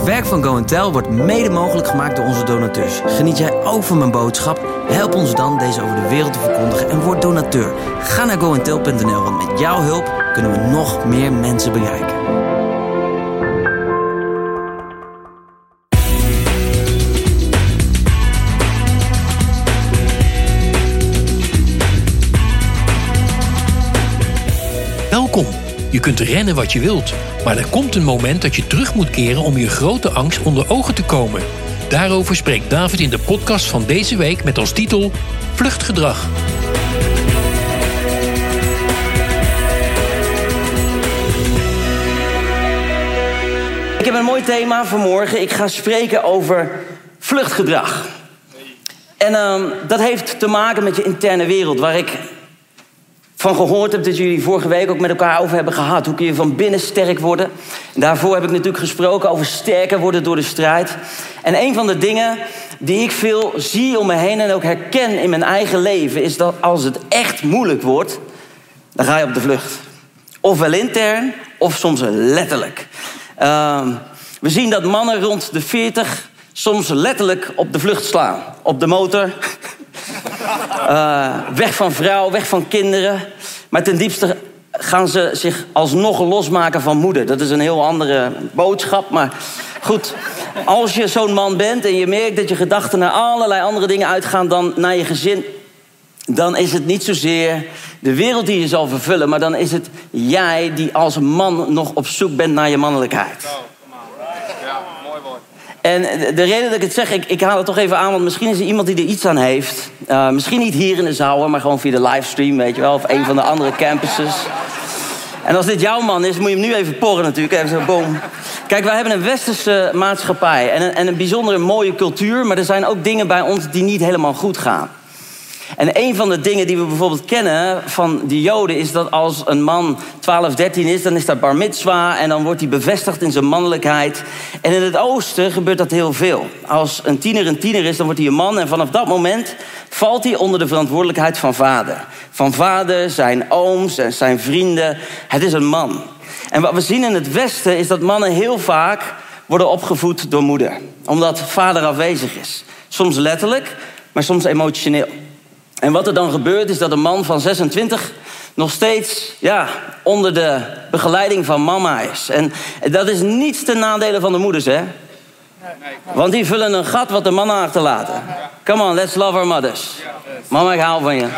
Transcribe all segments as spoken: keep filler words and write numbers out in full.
werk van Go and Tell wordt mede mogelijk gemaakt door onze donateurs. Geniet jij ook van mijn boodschap? Help ons dan deze over de wereld te verkondigen en word donateur. Ga naar go and tell punt n l, want met jouw hulp kunnen we nog meer mensen bereiken. Welkom. Je kunt rennen wat je wilt, maar er komt een moment dat je terug moet keren om je grote angst onder ogen te komen. Daarover spreekt David in de podcast van deze week met als titel Vluchtgedrag. Ik heb een mooi thema vanmorgen. Ik ga spreken over vluchtgedrag. En uh, dat heeft te maken met je interne wereld, waar ik van gehoord heb dat jullie vorige week ook met elkaar over hebben gehad. Hoe kun je van binnen sterk worden? En daarvoor heb ik natuurlijk gesproken over sterker worden door de strijd. En een van de dingen die ik veel zie om me heen en ook herken in mijn eigen leven, is dat als het echt moeilijk wordt, dan ga je op de vlucht. Ofwel intern, of soms letterlijk. Uh, we zien dat mannen rond de veertig soms letterlijk op de vlucht slaan. Op de motor. Uh, weg van vrouw, weg van kinderen. Maar ten diepste gaan ze zich alsnog losmaken van moeder. Dat is een heel andere boodschap. Maar goed, als je zo'n man bent en je merkt dat je gedachten naar allerlei andere dingen uitgaan dan naar je gezin, dan is het niet zozeer de wereld die je zal vervullen, maar dan is het jij die als man nog op zoek bent naar je mannelijkheid. En de reden dat ik het zeg, ik, ik haal het toch even aan, want misschien is er iemand die er iets aan heeft. Uh, misschien niet hier in de zaal, maar gewoon via de livestream, weet je wel. Of een van de andere campuses. En als dit jouw man is, moet je hem nu even porren natuurlijk. Even zo, boom. Kijk, wij hebben een westerse maatschappij en een, en een bijzondere mooie cultuur. Maar er zijn ook dingen bij ons die niet helemaal goed gaan. En een van de dingen die we bijvoorbeeld kennen van de Joden is dat als een man twaalf, dertien is, dan is dat bar mitzwa en dan wordt hij bevestigd in zijn mannelijkheid. En in het oosten gebeurt dat heel veel. Als een tiener een tiener is, dan wordt hij een man en vanaf dat moment valt hij onder de verantwoordelijkheid van vader. Van vader, zijn ooms en zijn vrienden. Het is een man. En wat we zien in het westen is dat mannen heel vaak worden opgevoed door moeder. Omdat vader afwezig is. Soms letterlijk, maar soms emotioneel. En wat er dan gebeurt is dat een man van zesentwintig nog steeds ja, onder de begeleiding van mama is. En dat is niets ten nadele van de moeders, hè? Want die vullen een gat wat de mannen achterlaten. Come on, let's love our mothers. Mama, ik hou van je.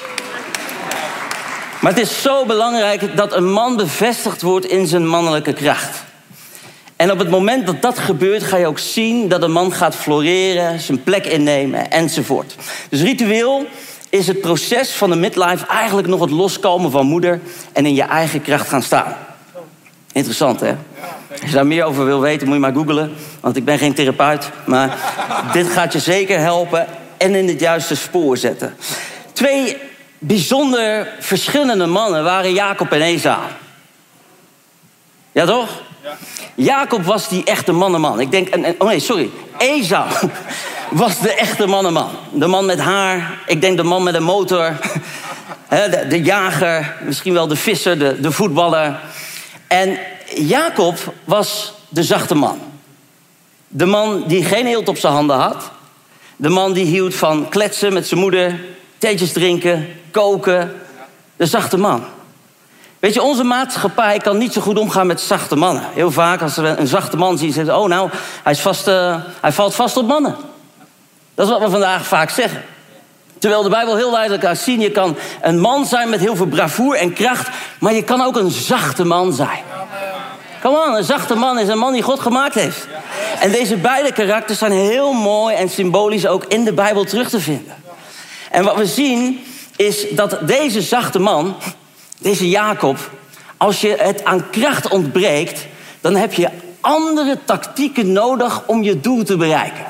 Maar het is zo belangrijk dat een man bevestigd wordt in zijn mannelijke kracht. En op het moment dat dat gebeurt, ga je ook zien dat een man gaat floreren, zijn plek innemen enzovoort. Dus ritueel is het proces van de midlife eigenlijk nog het loskomen van moeder en in je eigen kracht gaan staan. Interessant, hè? Als je daar meer over wil weten, moet je maar googlen. Want ik ben geen therapeut, maar dit gaat je zeker helpen en in het juiste spoor zetten. Twee bijzonder verschillende mannen waren Jacob en Esau. Ja, toch? Ja. Jacob was die echte mannenman. Ik denk, oh nee, sorry. Esau was de echte mannenman. De man met haar, ik denk de man met een motor. de, de jager, misschien wel de visser, de, de voetballer. En Jacob was de zachte man. De man die geen eelt op zijn handen had. De man die hield van kletsen met zijn moeder, theetjes drinken, koken. De zachte man. Weet je, onze maatschappij kan niet zo goed omgaan met zachte mannen. Heel vaak als we een zachte man zien, zeggen ze, oh nou, hij, is vast, uh, hij valt vast op mannen. Dat is wat we vandaag vaak zeggen. Terwijl de Bijbel heel duidelijk laat zien, je kan een man zijn met heel veel bravoure en kracht, maar je kan ook een zachte man zijn. Come on, een zachte man is een man die God gemaakt heeft. En deze beide karakters zijn heel mooi en symbolisch ook in de Bijbel terug te vinden. En wat we zien is dat deze zachte man, deze Jacob, als je het aan kracht ontbreekt, dan heb je andere tactieken nodig om je doel te bereiken.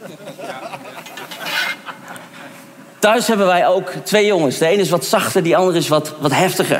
Thuis hebben wij ook twee jongens. De ene is wat zachter, die andere is wat, wat heftiger.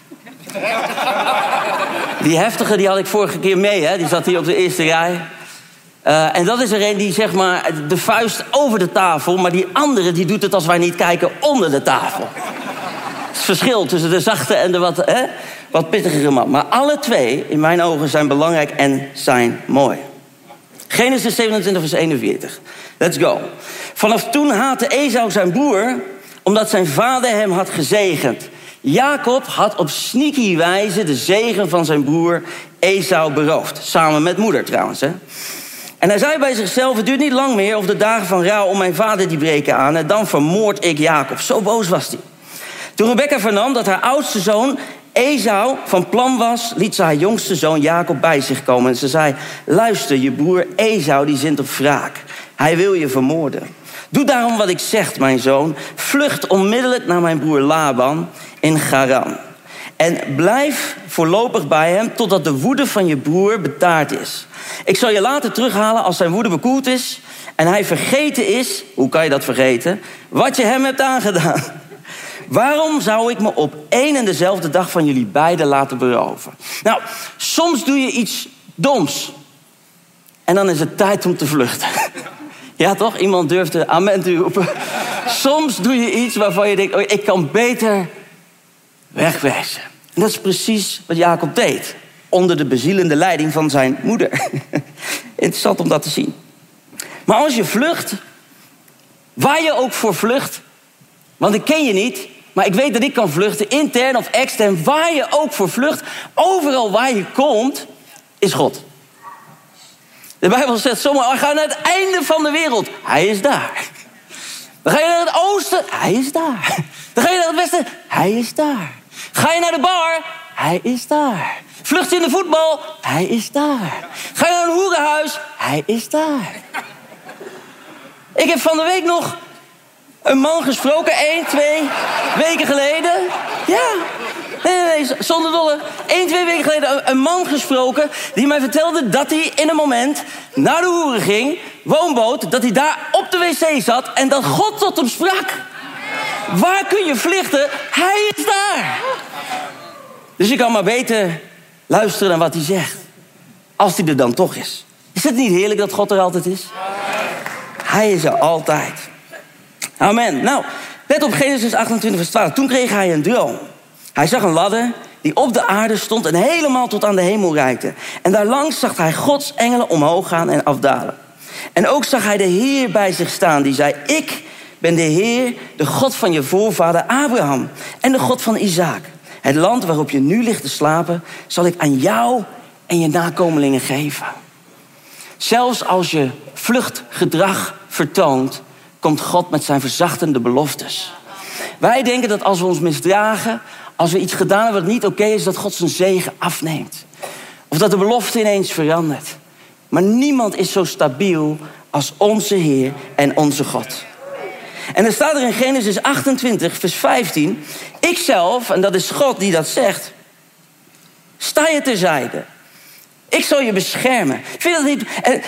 Die heftige die had ik vorige keer mee, hè? Die zat hier op de eerste rij. Uh, en dat is er een die zeg maar de vuist over de tafel, maar die andere die doet het als wij niet kijken onder de tafel. Het is verschil tussen de zachte en de wat, hè, wat pittigere man. Maar alle twee, in mijn ogen, zijn belangrijk en zijn mooi. Genesis zevenentwintig vers eenenveertig. Let's go. Vanaf toen haatte Esau zijn broer, omdat zijn vader hem had gezegend. Jacob had op sneaky wijze de zegen van zijn broer Esau beroofd. Samen met moeder trouwens, hè. En hij zei bij zichzelf, het duurt niet lang meer of de dagen van rouw om mijn vader die breken aan. En dan vermoord ik Jacob. Zo boos was hij. Toen Rebekka vernam dat haar oudste zoon Esau van plan was, liet ze haar jongste zoon Jacob bij zich komen. En ze zei, luister, je broer Esau die zint op wraak. Hij wil je vermoorden. Doe daarom wat ik zeg, mijn zoon. Vlucht onmiddellijk naar mijn broer Laban in Haran. En blijf voorlopig bij hem totdat de woede van je broer betaard is. Ik zal je later terughalen als zijn woede bekoeld is en hij vergeten is, hoe kan je dat vergeten, wat je hem hebt aangedaan. Waarom zou ik me op één en dezelfde dag van jullie beiden laten beroven? Nou, soms doe je iets doms. En dan is het tijd om te vluchten. Ja, toch? Iemand durft de amen te roepen. Soms doe je iets waarvan je denkt, oh, ik kan beter wegwezen. En dat is precies wat Jacob deed. Onder de bezielende leiding van zijn moeder. Interessant om dat te zien. Maar als je vlucht, waar je ook voor vlucht, want ik ken je niet, maar ik weet dat ik kan vluchten, intern of extern, waar je ook voor vlucht, overal waar je komt, is God. De Bijbel zegt zomaar, ga naar het einde van de wereld. Hij is daar. Dan ga je naar het oosten, hij is daar. Dan ga je naar het westen, hij is daar. Ga je naar de bar, hij is daar. Vlucht je in de voetbal, hij is daar. Ga je naar een hoerenhuis, hij is daar. Ik heb van de week nog een man gesproken, één, twee weken geleden. Ja, nee, nee, nee, zonder dolle. Eén, twee weken geleden een man gesproken die mij vertelde dat hij in een moment naar de hoeren ging, woonboot, dat hij daar op de wc zat en dat God tot hem sprak. Waar kun je vluchten? Hij is daar. Dus je kan maar beter luisteren naar wat hij zegt. Als hij er dan toch is. Is het niet heerlijk dat God er altijd is? Hij is er altijd. Amen. Nou, let op Genesis achtentwintig vers twaalf. Toen kreeg hij een droom. Hij zag een ladder die op de aarde stond en helemaal tot aan de hemel reikte. En daarlangs zag hij Gods engelen omhoog gaan en afdalen. En ook zag hij de Heer bij zich staan. Die zei, ik ben de Heer, de God van je voorvader Abraham. En de God van Isaac. Het land waarop je nu ligt te slapen, zal ik aan jou en je nakomelingen geven. Zelfs als je vluchtgedrag vertoont, komt God met zijn verzachtende beloftes. Wij denken dat als we ons misdragen, als we iets gedaan hebben wat niet oké is, dat God zijn zegen afneemt. Of dat de belofte ineens verandert. Maar niemand is zo stabiel als onze Heer en onze God. En er staat er in Genesis achtentwintig, vers vijftien... Ikzelf, en dat is God die dat zegt, sta je terzijde. Ik zal je beschermen. Vind je dat niet? En,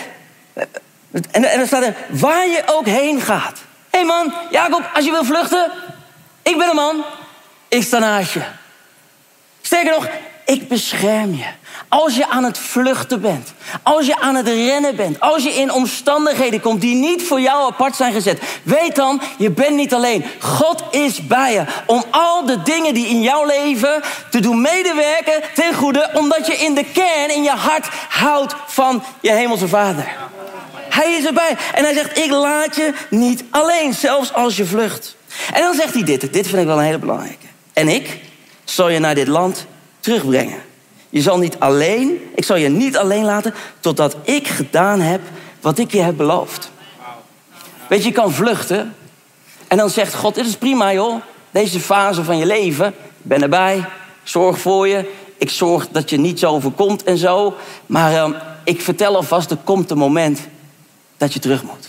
en, en er staat er, waar je ook heen gaat. Hé hey man, Jacob, als je wil vluchten, ik ben een man. Ik sta naast je. Sterker nog, ik bescherm je. Als je aan het vluchten bent, als je aan het rennen bent, als je in omstandigheden komt die niet voor jou apart zijn gezet, weet dan, je bent niet alleen. God is bij je om al de dingen die in jouw leven te doen medewerken ten goede, omdat je in de kern, in je hart houdt van je hemelse Vader. Hij is erbij en hij zegt, ik laat je niet alleen, zelfs als je vlucht. En dan zegt hij dit, dit vind ik wel een hele belangrijke. En ik zal je naar dit land terugbrengen. Je zal niet alleen, ik zal je niet alleen laten totdat ik gedaan heb wat ik je heb beloofd. Weet je, je kan vluchten en dan zegt God, dit is prima joh, deze fase van je leven, ik ben erbij, ik zorg voor je, ik zorg dat je niet zo overkomt en zo. Maar uh, ik vertel alvast, er komt een moment dat je terug moet.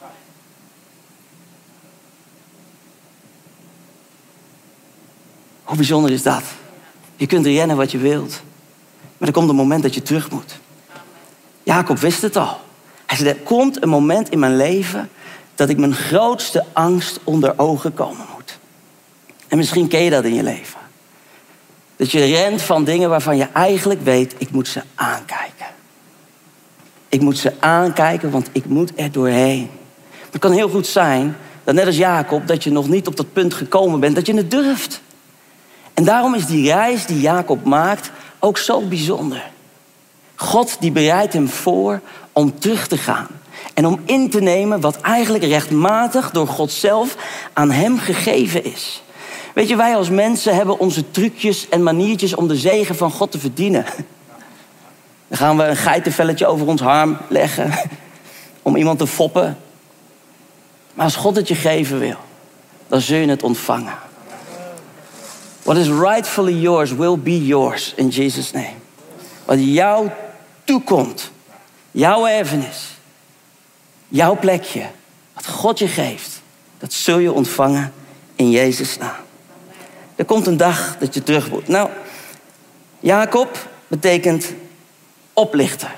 Hoe bijzonder is dat? Je kunt rennen wat je wilt. Maar er komt een moment dat je terug moet. Jacob wist het al. Hij zei, er komt een moment in mijn leven dat ik mijn grootste angst onder ogen komen moet. En misschien ken je dat in je leven. Dat je rent van dingen waarvan je eigenlijk weet, ik moet ze aankijken. Ik moet ze aankijken, want ik moet er doorheen. Maar het kan heel goed zijn dat net als Jacob, dat je nog niet op dat punt gekomen bent, dat je het durft. En daarom is die reis die Jacob maakt ook zo bijzonder. God die bereidt hem voor om terug te gaan. En om in te nemen wat eigenlijk rechtmatig door God zelf aan hem gegeven is. Weet je, wij als mensen hebben onze trucjes en maniertjes om de zegen van God te verdienen. Dan gaan we een geitenvelletje over ons arm leggen om iemand te foppen. Maar als God het je geven wil, dan zul je het ontvangen. What is rightfully yours will be yours in Jesus' name. Wat jou toekomt, jouw erfenis, jouw plekje, wat God je geeft, dat zul je ontvangen in Jezus' naam. Er komt een dag dat je terug moet. Nou, Jacob betekent oplichter.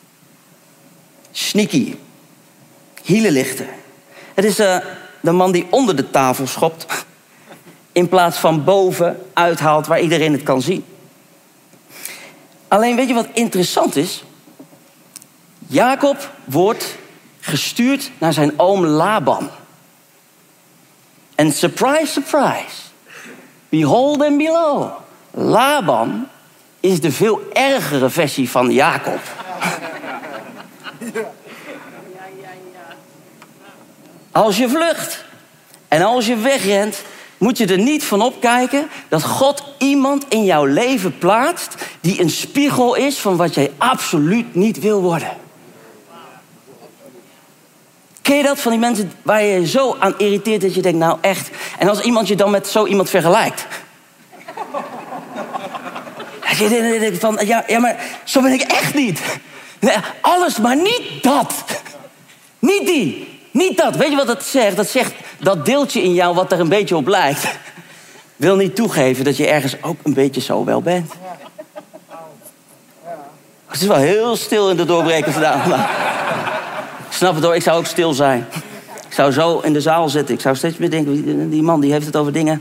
Sneaky. Hielenlichter. Het is uh, de man die onder de tafel schopt, in plaats van boven uithaalt waar iedereen het kan zien. Alleen weet je wat interessant is? Jacob wordt gestuurd naar zijn oom Laban. En surprise, surprise. Behold and below. Laban is de veel ergere versie van Jacob. Als je vlucht en als je wegrent, moet je er niet van opkijken dat God iemand in jouw leven plaatst die een spiegel is van wat jij absoluut niet wil worden. Ken je dat van die mensen waar je je zo aan irriteert dat je denkt, nou echt. En als iemand je dan met zo iemand vergelijkt. Dat je denkt van, ja, ja, maar zo ben ik echt niet. Alles, maar niet dat. Niet die. Niet dat. Weet je wat dat zegt? Dat zegt dat deeltje in jou wat er een beetje op lijkt. Wil niet toegeven dat je ergens ook een beetje zo wel bent. Het is wel heel stil in de doorbreken vandaan. Maar ik snap het hoor, ik zou ook stil zijn. Ik zou zo in de zaal zitten. Ik zou steeds meer denken, die man die heeft het over dingen.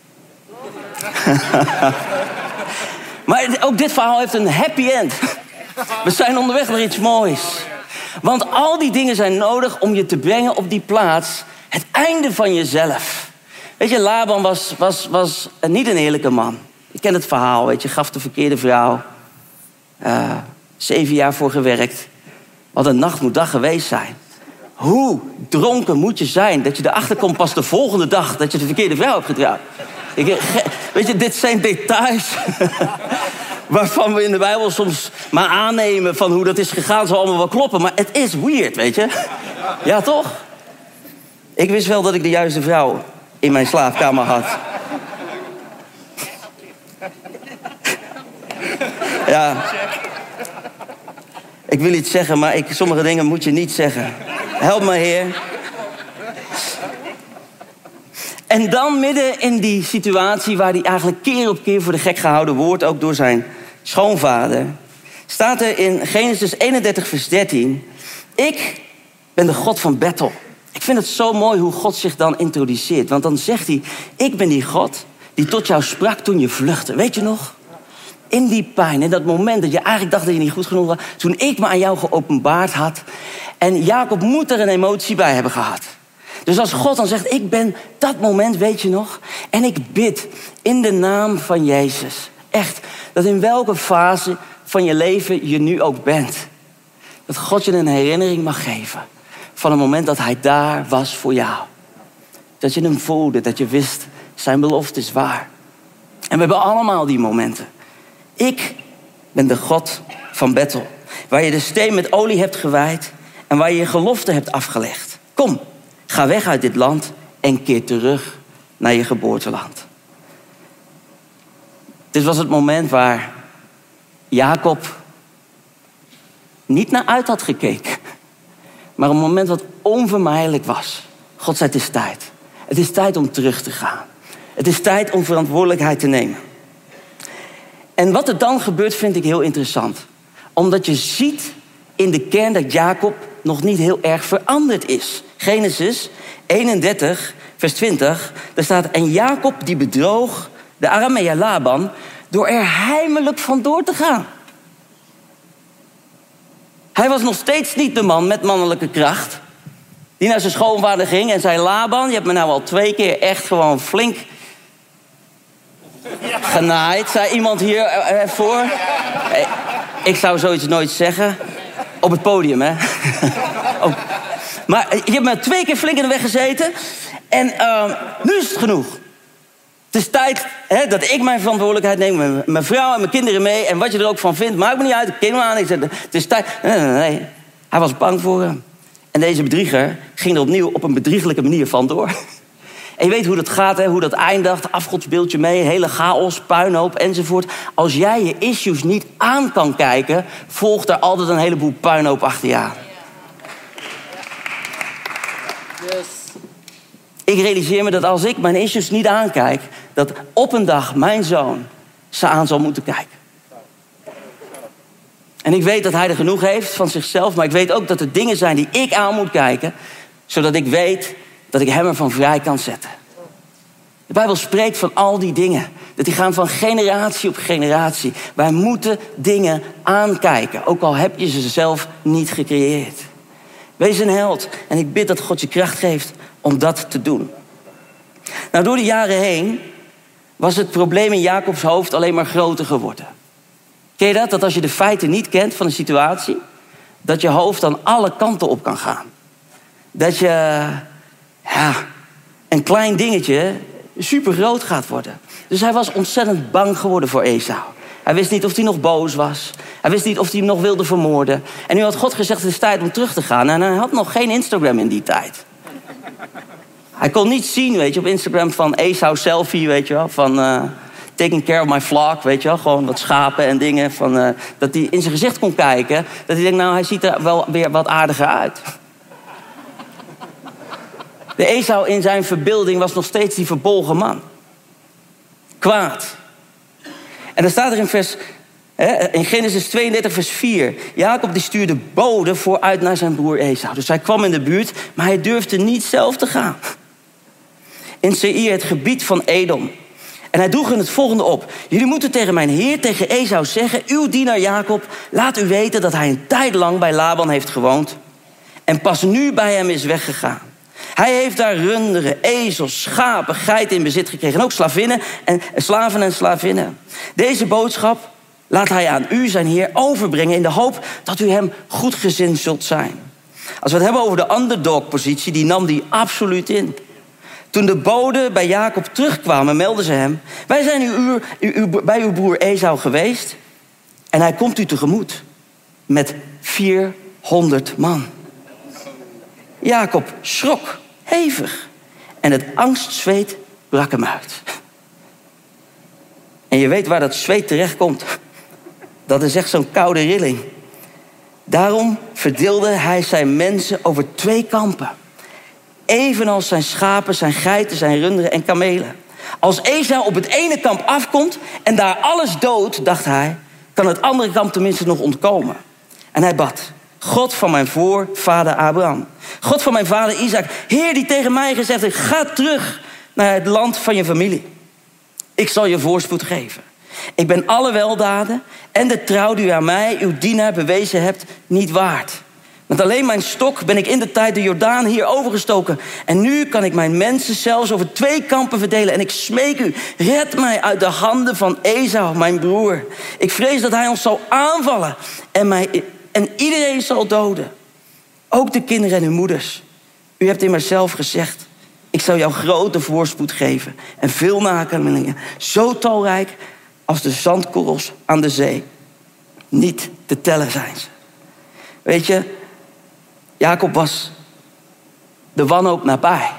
Maar ook dit verhaal heeft een happy end. We zijn onderweg naar iets moois. Want al die dingen zijn nodig om je te brengen op die plaats. Het einde van jezelf. Weet je, Laban was, was, was niet een eerlijke man. Je kent het verhaal, weet je. Gaf de verkeerde vrouw. Uh, zeven jaar voor gewerkt. Wat een nacht moet dag geweest zijn. Hoe dronken moet je zijn dat je erachter komt pas de volgende dag dat je de verkeerde vrouw hebt getrouwd. Ik, weet je, dit zijn details waarvan we in de Bijbel soms maar aannemen van hoe dat is gegaan, zal allemaal wel kloppen. Maar het is weird, weet je. Ja, toch? Ik wist wel dat ik de juiste vrouw in mijn slaapkamer had. Ja. Ik wil iets zeggen, maar ik, sommige dingen moet je niet zeggen. Help me, Heer. En dan midden in die situatie waar hij eigenlijk keer op keer voor de gek gehouden wordt, ook door zijn schoonvader, staat er in Genesis eenendertig vers dertien... Ik ben de God van Bethel. Ik vind het zo mooi hoe God zich dan introduceert. Want dan zegt hij, ik ben die God die tot jou sprak toen je vluchtte. Weet je nog? In die pijn, in dat moment dat je eigenlijk dacht dat je niet goed genoeg was, toen ik me aan jou geopenbaard had. En Jacob moet er een emotie bij hebben gehad. Dus als God dan zegt, ik ben dat moment, weet je nog? En ik bid in de naam van Jezus. Echt, dat in welke fase van je leven je nu ook bent. Dat God je een herinnering mag geven van het moment dat hij daar was voor jou. Dat je hem voelde, dat je wist, zijn belofte is waar. En we hebben allemaal die momenten. Ik ben de God van Bethel. Waar je de steen met olie hebt gewijd en waar je je gelofte hebt afgelegd. Kom, ga weg uit dit land en keer terug naar je geboorteland. Dit was het moment waar Jacob niet naar uit had gekeken. Maar een moment wat onvermijdelijk was. God zei, het is tijd. Het is tijd om terug te gaan. Het is tijd om verantwoordelijkheid te nemen. En wat er dan gebeurt vind ik heel interessant. Omdat je ziet in de kern dat Jacob nog niet heel erg veranderd is. Genesis eenendertig, vers twintig. Daar staat, en Jacob die bedroog de Arameër Laban door er heimelijk vandoor te gaan. Hij was nog steeds niet de man met mannelijke kracht die naar zijn schoonvader ging en zei, Laban, je hebt me nou al twee keer echt gewoon flink genaaid. Zei iemand hier voor. ik zou zoiets nooit zeggen. Op het podium, hè. Oh. Maar je hebt me twee keer flink in de weg gezeten. En uh, nu is het genoeg. Het is tijd hè, dat ik mijn verantwoordelijkheid neem. Met mijn vrouw en mijn kinderen mee. En wat je er ook van vindt, maakt me niet uit. Ik ken hem aan. Ik zeg, het is tijd. Nee, nee, nee. Hij was bang voor hem. En deze bedrieger ging er opnieuw op een bedriegelijke manier vandoor. En je weet hoe dat gaat, hè? Hoe dat eindigt. Afgodsbeeldje mee, hele chaos, puinhoop enzovoort. Als jij je issues niet aan kan kijken, volgt er altijd een heleboel puinhoop achter je aan. Yes. Ik realiseer me dat als ik mijn issues niet aankijk, dat op een dag mijn zoon ze aan zal moeten kijken. En ik weet dat hij er genoeg heeft van zichzelf, maar ik weet ook dat er dingen zijn die ik aan moet kijken, zodat ik weet dat ik hem ervan vrij kan zetten. De Bijbel spreekt van al die dingen. Dat die gaan van generatie op generatie. Wij moeten dingen aankijken, ook al heb je ze zelf niet gecreëerd. Wees een held en ik bid dat God je kracht geeft om dat te doen. Nou, door de jaren heen was het probleem in Jacobs hoofd alleen maar groter geworden. Ken je dat? Dat als je de feiten niet kent van een situatie, dat je hoofd dan alle kanten op kan gaan. Dat je, ja, een klein dingetje super groot gaat worden. Dus hij was ontzettend bang geworden voor Esau. Hij wist niet of hij nog boos was. Hij wist niet of hij hem nog wilde vermoorden. En nu had God gezegd, het is tijd om terug te gaan. En hij had nog geen Instagram in die tijd. Hij kon niet zien, weet je, op Instagram van Esau selfie, weet je wel. Van uh, taking care of my flock, weet je wel. Gewoon wat schapen en dingen. Van, uh, dat hij in zijn gezicht kon kijken. Dat hij denkt, nou, hij ziet er wel weer wat aardiger uit. De Esau in zijn verbeelding was nog steeds die verbolgen man. Kwaad. En dan staat er in, vers, hè, in Genesis tweeëndertig, vers vier... Jacob die stuurde boden vooruit naar zijn broer Esau. Dus hij kwam in de buurt, maar hij durfde niet zelf te gaan. In Seir, het gebied van Edom. En hij droeg hun het volgende op. Jullie moeten tegen mijn heer, tegen Esau zeggen... uw dienaar Jacob, laat u weten dat hij een tijd lang bij Laban heeft gewoond... en pas nu bij hem is weggegaan. Hij heeft daar runderen, ezels, schapen, geiten in bezit gekregen. En ook slavinnen en, slaven en slavinnen. Deze boodschap laat hij aan u, zijn heer, overbrengen... in de hoop dat u hem goedgezind zult zijn. Als we het hebben over de underdog-positie, die nam die absoluut in. Toen de boden bij Jacob terugkwamen, meldden ze hem... wij zijn u, u, u, u, bij uw broer Esau geweest... en hij komt u tegemoet met vierhonderd man. Jacob schrok hevig en het angstzweet brak hem uit. En je weet waar dat zweet terecht komt. Dat is echt zo'n koude rilling. Daarom verdeelde hij zijn mensen over twee kampen. Evenals zijn schapen, zijn geiten, zijn runderen en kamelen. Als Esau op het ene kamp afkomt en daar alles doodt, dacht hij... kan het andere kamp tenminste nog ontkomen. En hij bad... God van mijn voorvader Abraham. God van mijn vader Isaac. Heer die tegen mij gezegd heeft... ga terug naar het land van je familie. Ik zal je voorspoed geven. Ik ben alle weldaden en de trouw die u aan mij, uw dienaar, bewezen hebt, niet waard. Met alleen mijn stok ben ik in de tijd de Jordaan hier overgestoken. En nu kan ik mijn mensen zelfs over twee kampen verdelen. En ik smeek u, red mij uit de handen van Esau, mijn broer. Ik vrees dat hij ons zal aanvallen en mij... En iedereen zal doden. Ook de kinderen en hun moeders. U hebt immers zelf gezegd... ik zal jou grote voorspoed geven. En veel nakomelingen. Zo talrijk als de zandkorrels aan de zee. Niet te tellen zijn ze. Weet je, Jacob was de wanhoop nabij.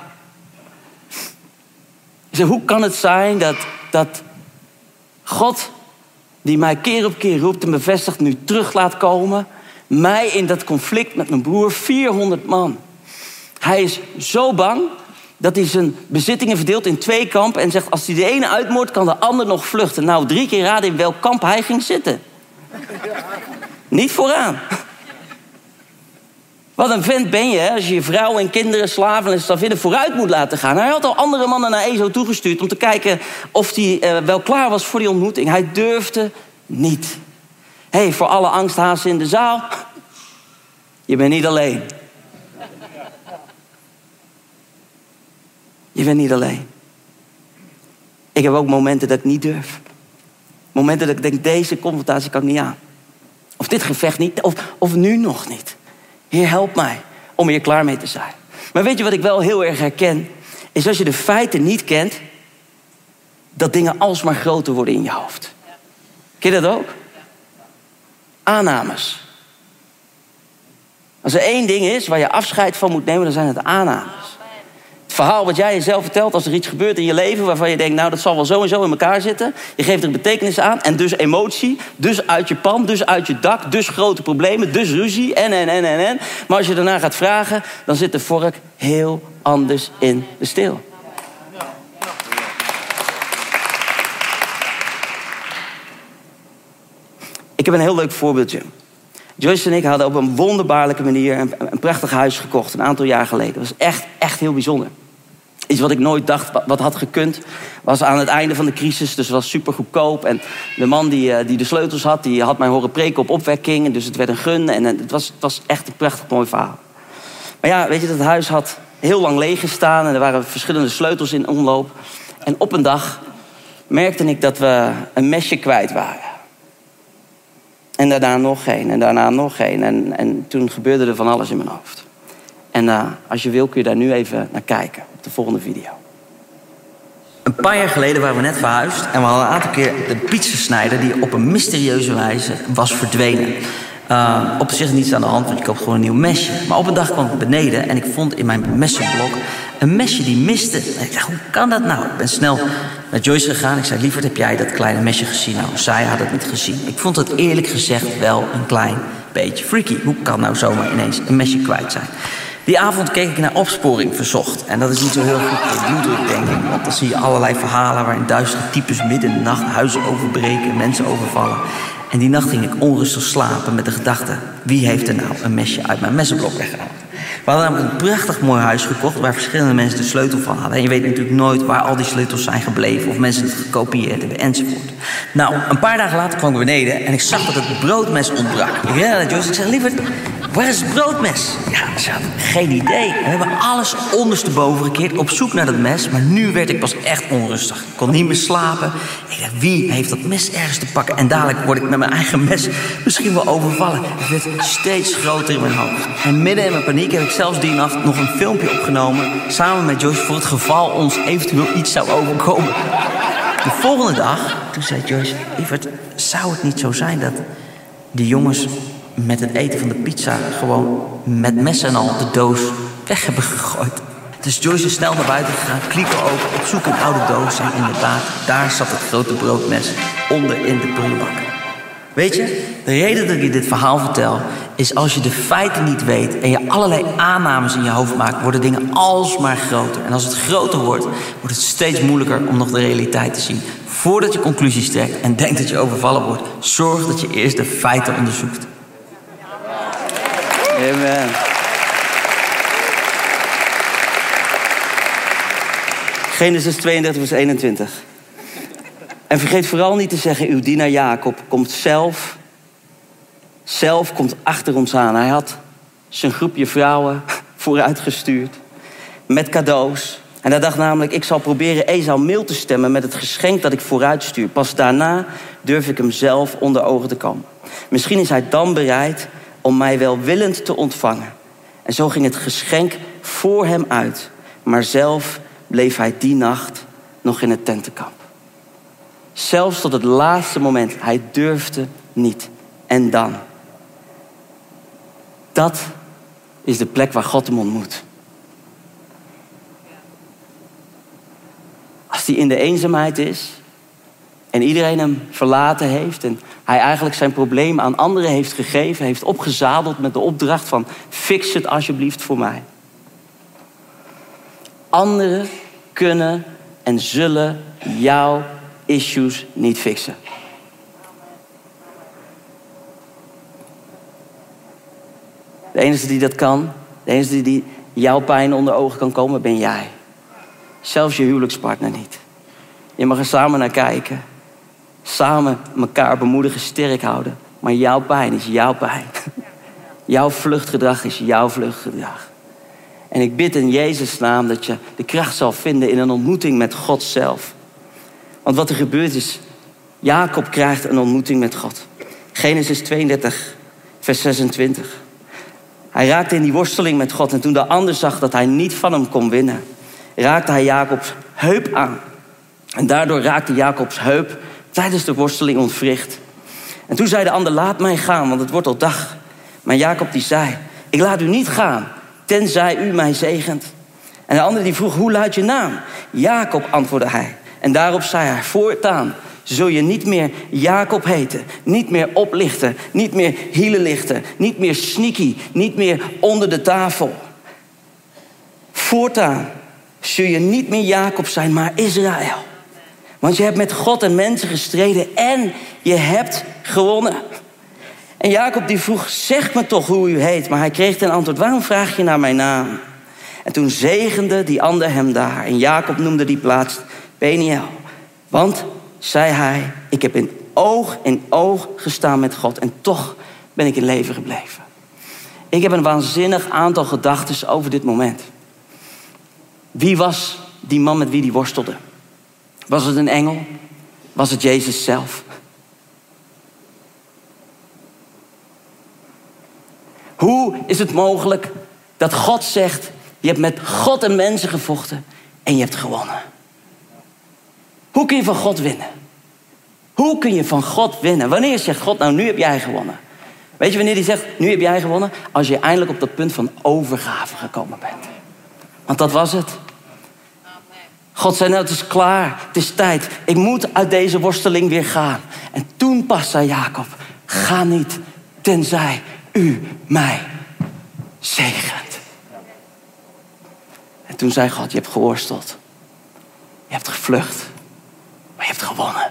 Dus hoe kan het zijn dat, dat God... die mij keer op keer roept en bevestigt... nu terug laat komen... mij in dat conflict met mijn broer, vierhonderd man. Hij is zo bang dat hij zijn bezittingen verdeelt in twee kampen... en zegt, als hij de ene uitmoordt, kan de ander nog vluchten. Nou, drie keer raden in welk kamp hij ging zitten. Niet vooraan. Wat een vent ben je, hè, als je je vrouw en kinderen, slaven en slavinnen vooruit moet laten gaan. Hij had al andere mannen naar Esau toegestuurd... om te kijken of hij uh, wel klaar was voor die ontmoeting. Hij durfde niet. Hé, hey, voor alle angsthazen in de zaal... je bent niet alleen. Je bent niet alleen. Ik heb ook momenten dat ik niet durf. Momenten dat ik denk, deze confrontatie kan ik niet aan. Of dit gevecht niet, of, of nu nog niet. Heer, help mij om hier klaar mee te zijn. Maar weet je wat ik wel heel erg herken? Is als je de feiten niet kent, dat dingen alsmaar groter worden in je hoofd. Ken je dat ook? Aannames. Als er één ding is waar je afscheid van moet nemen, dan zijn het aannames. Het verhaal wat jij jezelf vertelt als er iets gebeurt in je leven waarvan je denkt, nou dat zal wel zo en zo in elkaar zitten. Je geeft er een betekenis aan en dus emotie, dus uit je pan, dus uit je dak, dus grote problemen, dus ruzie en en en en en. Maar als je daarna gaat vragen, dan zit de vork heel anders in de steel. Ik heb een heel leuk voorbeeldje. Joyce en ik hadden op een wonderbaarlijke manier een, een prachtig huis gekocht een aantal jaar geleden. Dat was echt, echt heel bijzonder. Iets wat ik nooit dacht wat had gekund, was aan het einde van de crisis. Dus het was super goedkoop. En de man die, die de sleutels had, die had mij horen preken op opwekking. Dus het werd een gun. En het was, het was echt een prachtig mooi verhaal. Maar ja, weet je, dat huis had heel lang leeg gestaan. En er waren verschillende sleutels in omloop. En op een dag merkte ik dat we een mesje kwijt waren. En daarna nog één, en daarna nog één. En, en toen gebeurde er van alles in mijn hoofd. En uh, als je wil kun je daar nu even naar kijken. Op de volgende video. Een paar jaar geleden waren we net verhuisd. En we hadden een aantal keer de pizzasnijder die op een mysterieuze wijze was verdwenen. Uh, op zich niets aan de hand, want je koopt gewoon een nieuw mesje. Maar op een dag kwam ik beneden en ik vond in mijn messenblok een mesje die miste. En ik dacht, hoe kan dat nou? Ik ben snel naar Joyce gegaan. Ik zei, lieverd, heb jij dat kleine mesje gezien? Nou, zij had het niet gezien. Ik vond het eerlijk gezegd wel een klein beetje freaky. Hoe kan nou zomaar ineens een mesje kwijt zijn? Die avond keek ik naar Opsporing Verzocht. En dat is niet zo heel goed voor bloeddruk, denk ik. Want dan zie je allerlei verhalen waarin duistere types midden in de nacht huizen overbreken, mensen overvallen. En die nacht ging ik onrustig slapen met de gedachte, wie heeft er nou een mesje uit mijn messenblok weggehaald? We hadden namelijk een prachtig mooi huis gekocht waar verschillende mensen de sleutel van hadden. En je weet natuurlijk nooit waar al die sleutels zijn gebleven of mensen het gekopieerd hebben enzovoort. Nou, een paar dagen later kwam ik beneden en ik zag dat het broodmes ontbrak. Ik rende naar Joyce en ik zei, lieverd, waar is het broodmes? Ja, ze had geen idee. We hebben alles ondersteboven gekeerd op zoek naar dat mes. Maar nu werd ik pas echt onrustig. Ik kon niet meer slapen. Ik dacht, wie heeft dat mes ergens te pakken? En dadelijk word ik met mijn eigen mes misschien wel overvallen. Het werd steeds groter in mijn hoofd. En midden in mijn paniek heb ik zelfs die nacht nog een filmpje opgenomen. Samen met Joyce voor het geval ons eventueel iets zou overkomen. De volgende dag, toen zei Joyce, lieverd, zou het niet zo zijn dat die jongens met het eten van de pizza gewoon met mes en al de doos weg hebben gegooid? Dus Joyce is snel naar buiten gegaan, klieken open, op zoek in een oude doos. En inderdaad, daar zat het grote broodmes onder in de prullenbak. Weet je, de reden dat ik je dit verhaal vertel is als je de feiten niet weet en je allerlei aannames in je hoofd maakt, worden dingen alsmaar groter. En als het groter wordt, wordt het steeds moeilijker om nog de realiteit te zien. Voordat je conclusies trekt en denkt dat je overvallen wordt, zorg dat je eerst de feiten onderzoekt. Amen. Genesis tweeëndertig vers eenentwintig. En vergeet vooral niet te zeggen, uw dienaar Jacob komt zelf, zelf komt achter ons aan. Hij had zijn groepje vrouwen vooruitgestuurd met cadeaus. En hij dacht namelijk, ik zal proberen Esau meel te stemmen met het geschenk dat ik vooruitstuur. Pas daarna durf ik hem zelf onder ogen te komen. Misschien is hij dan bereid om mij welwillend te ontvangen. En zo ging het geschenk voor hem uit. Maar zelf bleef hij die nacht nog in het tentenkamp. Zelfs tot het laatste moment. Hij durfde niet. En dan. Dat is de plek waar God hem ontmoet. Als hij in de eenzaamheid is en iedereen hem verlaten heeft en hij eigenlijk zijn probleem aan anderen heeft gegeven, heeft opgezadeld met de opdracht van fix het alsjeblieft voor mij. Anderen kunnen en zullen jouw issues niet fixen. De enige die dat kan, de enige die jouw pijn onder ogen kan komen, ben jij. Zelfs je huwelijkspartner niet. Je mag er samen naar kijken. Samen elkaar bemoedigen, sterk houden. Maar jouw pijn is jouw pijn. Jouw vluchtgedrag is jouw vluchtgedrag. En ik bid in Jezus' naam dat je de kracht zal vinden in een ontmoeting met God zelf. Want wat er gebeurt is, Jacob krijgt een ontmoeting met God. Genesis tweeëndertig, vers zesentwintig. Hij raakte in die worsteling met God. En toen de ander zag dat hij niet van hem kon winnen, raakte hij Jacobs heup aan. En daardoor raakte Jacobs heup tijdens de worsteling ontwricht. En toen zei de ander, laat mij gaan, want het wordt al dag. Maar Jacob die zei, ik laat u niet gaan, tenzij u mij zegent. En de ander die vroeg, hoe luidt je naam? Jacob, antwoordde hij. En daarop zei hij, voortaan zul je niet meer Jacob heten. Niet meer oplichten, niet meer hielen lichten, niet meer sneaky, niet meer onder de tafel. Voortaan zul je niet meer Jacob zijn, maar Israël. Want je hebt met God en mensen gestreden en je hebt gewonnen. En Jacob die vroeg, zeg me toch hoe u heet. Maar hij kreeg ten antwoord, waarom vraag je naar mijn naam? En toen zegende die ander hem daar. En Jacob noemde die plaats Peniel. Want, zei hij, ik heb in oog in oog gestaan met God. En toch ben ik in leven gebleven. Ik heb een waanzinnig aantal gedachten over dit moment. Wie was die man met wie die worstelde? Was het een engel? Was het Jezus zelf? Hoe is het mogelijk dat God zegt, je hebt met God en mensen gevochten en je hebt gewonnen? Hoe kun je van God winnen? Hoe kun je van God winnen? Wanneer zegt God, nou nu heb jij gewonnen? Weet je wanneer hij zegt, nu heb jij gewonnen? Als je eindelijk op dat punt van overgave gekomen bent. Want dat was het. God zei, nou het is klaar, het is tijd. Ik moet uit deze worsteling weer gaan. En toen pas zei Jacob, ga niet, tenzij u mij zegent. En toen zei God, je hebt geworsteld. Je hebt gevlucht. Maar je hebt gewonnen.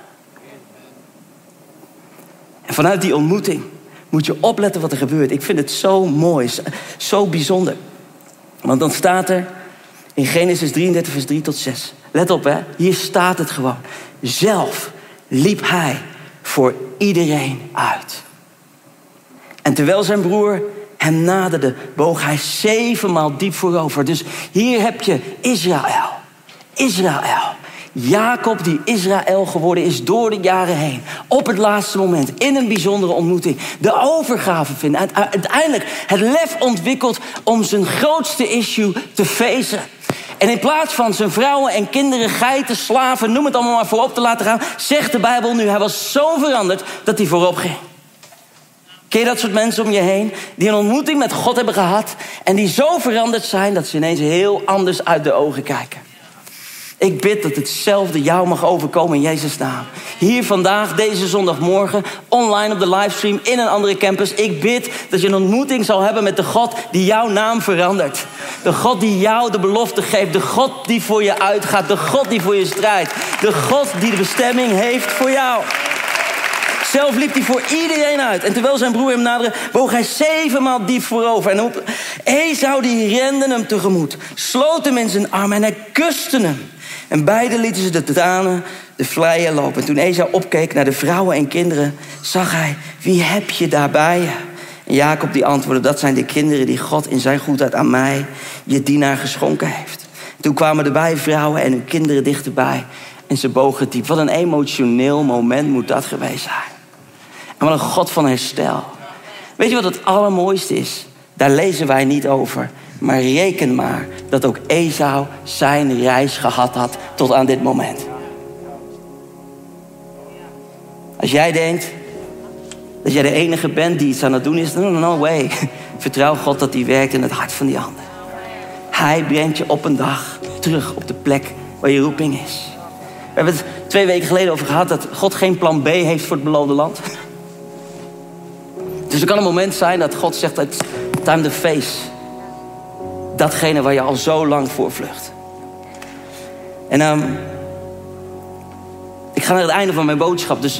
En vanuit die ontmoeting moet je opletten wat er gebeurt. Ik vind het zo mooi, zo bijzonder. Want dan staat er in Genesis drieëndertig, vers drie tot zes. Let op, hè. Hier staat het gewoon. Zelf liep hij voor iedereen uit. En terwijl zijn broer hem naderde, boog hij zevenmaal diep voorover. Dus hier heb je Israël. Israël. Jacob die Israël geworden is door de jaren heen. Op het laatste moment, in een bijzondere ontmoeting. De overgave vinden. Uiteindelijk het lef ontwikkeld om zijn grootste issue te facen. En in plaats van zijn vrouwen en kinderen, geiten, slaven, noem het allemaal maar voorop te laten gaan, zegt de Bijbel nu, hij was zo veranderd dat hij voorop ging. Ken je dat soort mensen om je heen? Die een ontmoeting met God hebben gehad en die zo veranderd zijn dat ze ineens heel anders uit de ogen kijken. Ik bid dat hetzelfde jou mag overkomen in Jezus' naam. Hier vandaag, deze zondagmorgen, online op de livestream, in een andere campus. Ik bid dat je een ontmoeting zal hebben met de God die jouw naam verandert. De God die jou de belofte geeft. De God die voor je uitgaat. De God die voor je strijdt. De God die de bestemming heeft voor jou. Zelf liep hij voor iedereen uit. En terwijl zijn broer hem naderde, boog hij zevenmaal diep voorover. En op Esau die rende hem tegemoet. Sloot hem in zijn armen en hij kuste hem. En beiden lieten ze de tranen de vleien lopen. En toen Esau opkeek naar de vrouwen en kinderen, zag hij, wie heb je daarbij je? En Jacob die antwoordde, dat zijn de kinderen die God in zijn goedheid aan mij, je dienaar, geschonken heeft. En toen kwamen de beide vrouwen en hun kinderen dichterbij. En ze bogen diep. Wat een emotioneel moment moet dat geweest zijn. En wat een God van herstel. Weet je wat het allermooiste is? Daar lezen wij niet over. Maar reken maar dat ook Esau zijn reis gehad had tot aan dit moment. Als jij denkt dat jij de enige bent die iets aan het doen is, no, no way. Vertrouw God dat hij werkt in het hart van die ander. Hij brengt je op een dag terug op de plek waar je roeping is. We hebben het twee weken geleden over gehad dat God geen plan B heeft voor het beloofde land. Dus er kan een moment zijn dat God zegt, it's time to face datgene waar je al zo lang voor vlucht. En um, ik ga naar het einde van mijn boodschap. Dus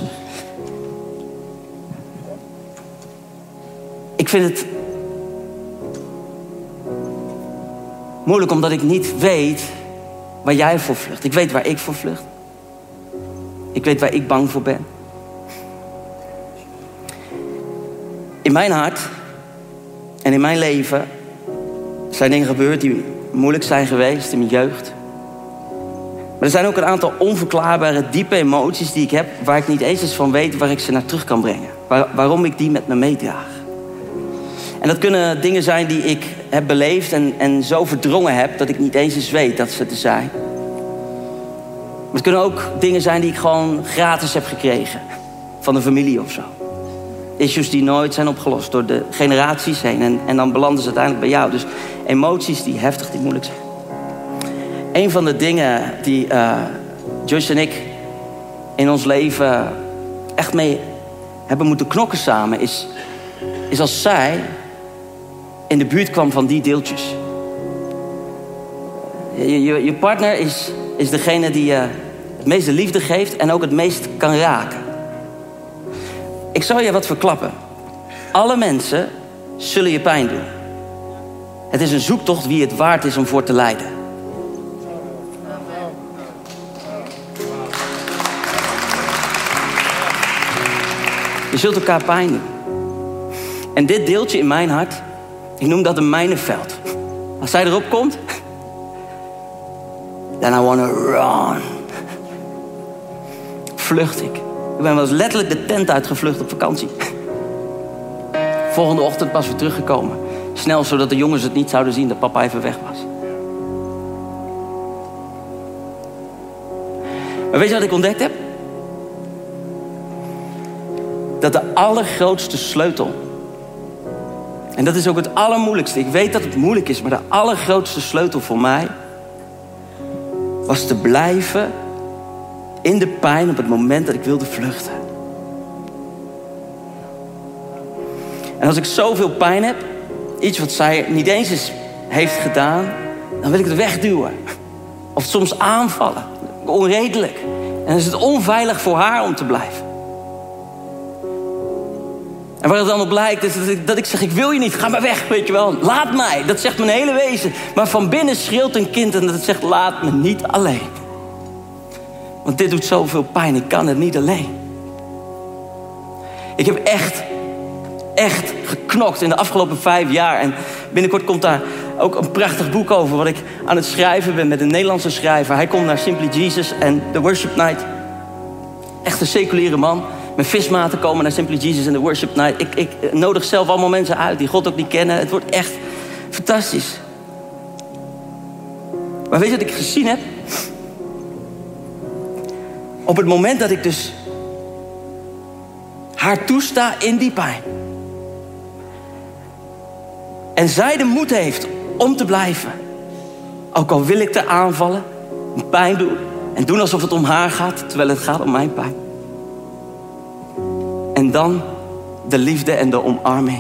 ik vind het moeilijk omdat ik niet weet waar jij voor vlucht. Ik weet waar ik voor vlucht. Ik weet waar ik bang voor ben. In mijn hart en in mijn leven zijn dingen gebeurd die moeilijk zijn geweest in mijn jeugd. Maar er zijn ook een aantal onverklaarbare, diepe emoties die ik heb, waar ik niet eens eens van weet waar ik ze naar terug kan brengen. Waar, waarom ik die met me meedraag. En dat kunnen dingen zijn die ik heb beleefd en, en zo verdrongen heb dat ik niet eens eens weet dat ze er zijn. Maar het kunnen ook dingen zijn die ik gewoon gratis heb gekregen. Van een familie of zo. Issues die nooit zijn opgelost door de generaties heen. En, en dan belanden ze uiteindelijk bij jou. Dus emoties die heftig, die moeilijk zijn. Een van de dingen die uh, Joyce en ik in ons leven echt mee hebben moeten knokken samen... is, is als zij in de buurt kwam van die deeltjes. Je, je, je partner is, is degene die je het meeste liefde geeft en ook het meest kan raken. Ik zal je wat verklappen. Alle mensen zullen je pijn doen. Het is een zoektocht wie het waard is om voor te lijden. Je zult elkaar pijn doen. En dit deeltje in mijn hart, ik noem dat een mijnenveld. Als zij erop komt, then I wanna run. Vlucht ik. Ik ben wel eens letterlijk de tent uitgevlucht op vakantie. Volgende ochtend pas weer teruggekomen. Snel, zodat de jongens het niet zouden zien dat papa even weg was. Maar weet je wat ik ontdekt heb? Dat de allergrootste sleutel... en dat is ook het allermoeilijkste. Ik weet dat het moeilijk is, maar de allergrootste sleutel voor mij... was te blijven in de pijn op het moment dat ik wilde vluchten. En als ik zoveel pijn heb, iets wat zij niet eens is, heeft gedaan... dan wil ik het wegduwen. Of soms aanvallen. Onredelijk. En dan is het onveilig voor haar om te blijven. En waar het dan op lijkt, is dat ik, dat ik zeg, ik wil je niet, ga maar weg, weet je wel. Laat mij, dat zegt mijn hele wezen. Maar van binnen schreeuwt een kind en dat zegt, laat me niet alleen. Want dit doet zoveel pijn, ik kan het niet alleen. Ik heb echt, echt geknokt in de afgelopen vijf jaar. En binnenkort komt daar ook een prachtig boek over... wat ik aan het schrijven ben met een Nederlandse schrijver. Hij komt naar Simply Jesus en de Worship Night. Echt een seculiere man. Mijn vismaten komen naar Simply Jesus en de Worship Night. Ik, ik nodig zelf allemaal mensen uit die God ook niet kennen. Het wordt echt fantastisch. Maar weet je wat ik gezien heb? Op het moment dat ik dus haar toesta in die pijn. En zij de moed heeft om te blijven. Ook al wil ik te aanvallen, pijn doen. En doen alsof het om haar gaat, terwijl het gaat om mijn pijn. En dan de liefde en de omarming.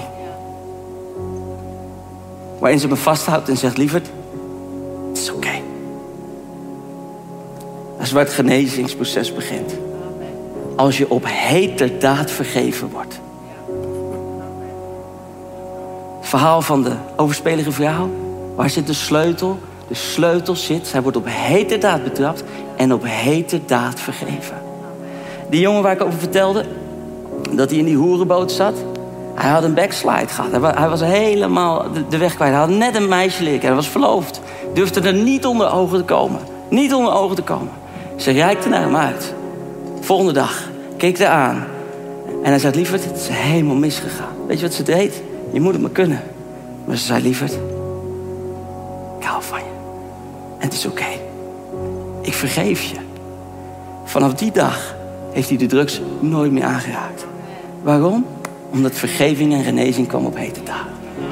Waarin ze me vasthoudt en zegt, lieverd, het is oké. Okay. Dat is waar het genezingsproces begint. Als je op heterdaad vergeven wordt. Het verhaal van de overspelige vrouw. Waar zit de sleutel? De sleutel zit, zij wordt op heterdaad betrapt en op heterdaad vergeven. Die jongen waar ik over vertelde, dat hij in die hoerenboot zat. Hij had een backslide gehad. Hij was, hij was helemaal de, de weg kwijt. Hij had net een meisje leren kennen. Hij was verloofd. Durfde er niet onder ogen te komen. Niet onder ogen te komen. Ze reikte naar hem uit. Volgende dag keek haar aan. En hij zei, lieverd, het is helemaal misgegaan. Weet je wat ze deed? Je moet het maar kunnen. Maar ze zei, lieverd, ik hou van je. En het is oké. Okay. Ik vergeef je. Vanaf die dag heeft hij de drugs nooit meer aangeraakt. Waarom? Omdat vergeving en genezing komen op hete dagen.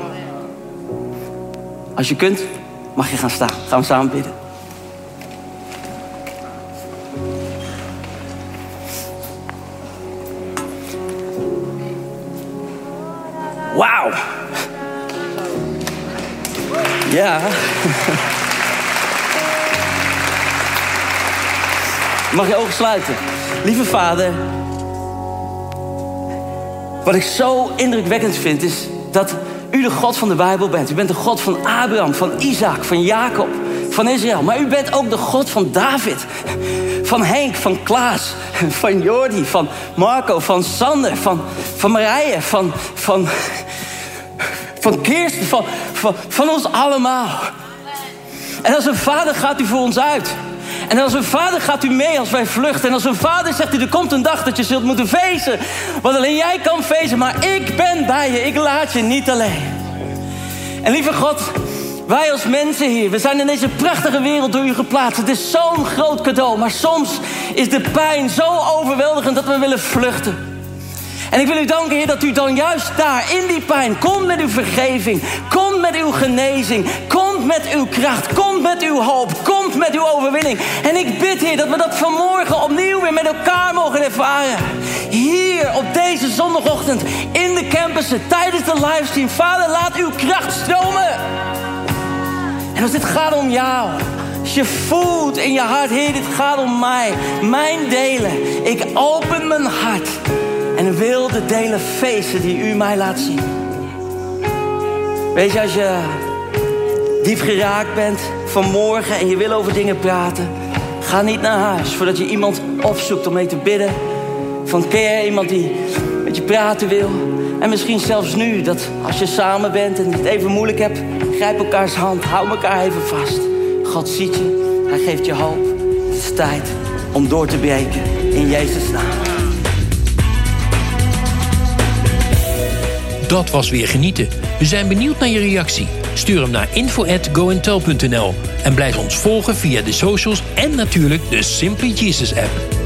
Als je kunt, mag je gaan staan. Gaan we samen bidden. Wauw. Ja. Mag je ogen sluiten. Lieve Vader. Wat ik zo indrukwekkend vind is dat u de God van de Bijbel bent. U bent de God van Abraham, van Isaac, van Jacob, van Israël. Maar u bent ook de God van David. Van Henk, van Klaas, van Jordi, van Marco, van Sander, van, van Marije, van, van, van Kirsten, van, van, van ons allemaal. En als een vader gaat u voor ons uit. En als een vader gaat u mee als wij vluchten. En als een vader zegt u, er komt een dag dat je zult moeten feesten. Want alleen jij kan feesten, maar ik ben bij je. Ik laat je niet alleen. En lieve God, wij als mensen hier, we zijn in deze prachtige wereld door u geplaatst. Het is zo'n groot cadeau. Maar soms is de pijn zo overweldigend dat we willen vluchten. En ik wil u danken, Heer, dat u dan juist daar in die pijn komt met uw vergeving. Komt met uw genezing. Komt met uw kracht. Komt met uw hoop. Komt met uw overwinning. En ik bid, Heer, dat we dat vanmorgen opnieuw weer met elkaar mogen ervaren. Hier op deze zondagochtend in de campussen tijdens de livestream. Vader, laat uw kracht stromen. En als dit gaat om jou, als je voelt in je hart, Heer, dit gaat om mij. Mijn delen. Ik open mijn hart. En wil de delen feesten die u mij laat zien. Weet je, als je diep geraakt bent vanmorgen en je wil over dingen praten, ga niet naar huis voordat je iemand opzoekt om mee te bidden. Van ken je iemand die met je praten wil? En misschien zelfs nu, dat als je samen bent en het even moeilijk hebt, grijp elkaars hand, hou elkaar even vast. God ziet je, hij geeft je hoop. Het is tijd om door te breken in Jezus' naam. Dat was weer genieten. We zijn benieuwd naar je reactie. Stuur hem naar info at go and tell punt n l en blijf ons volgen via de socials en natuurlijk de Simply Jesus app.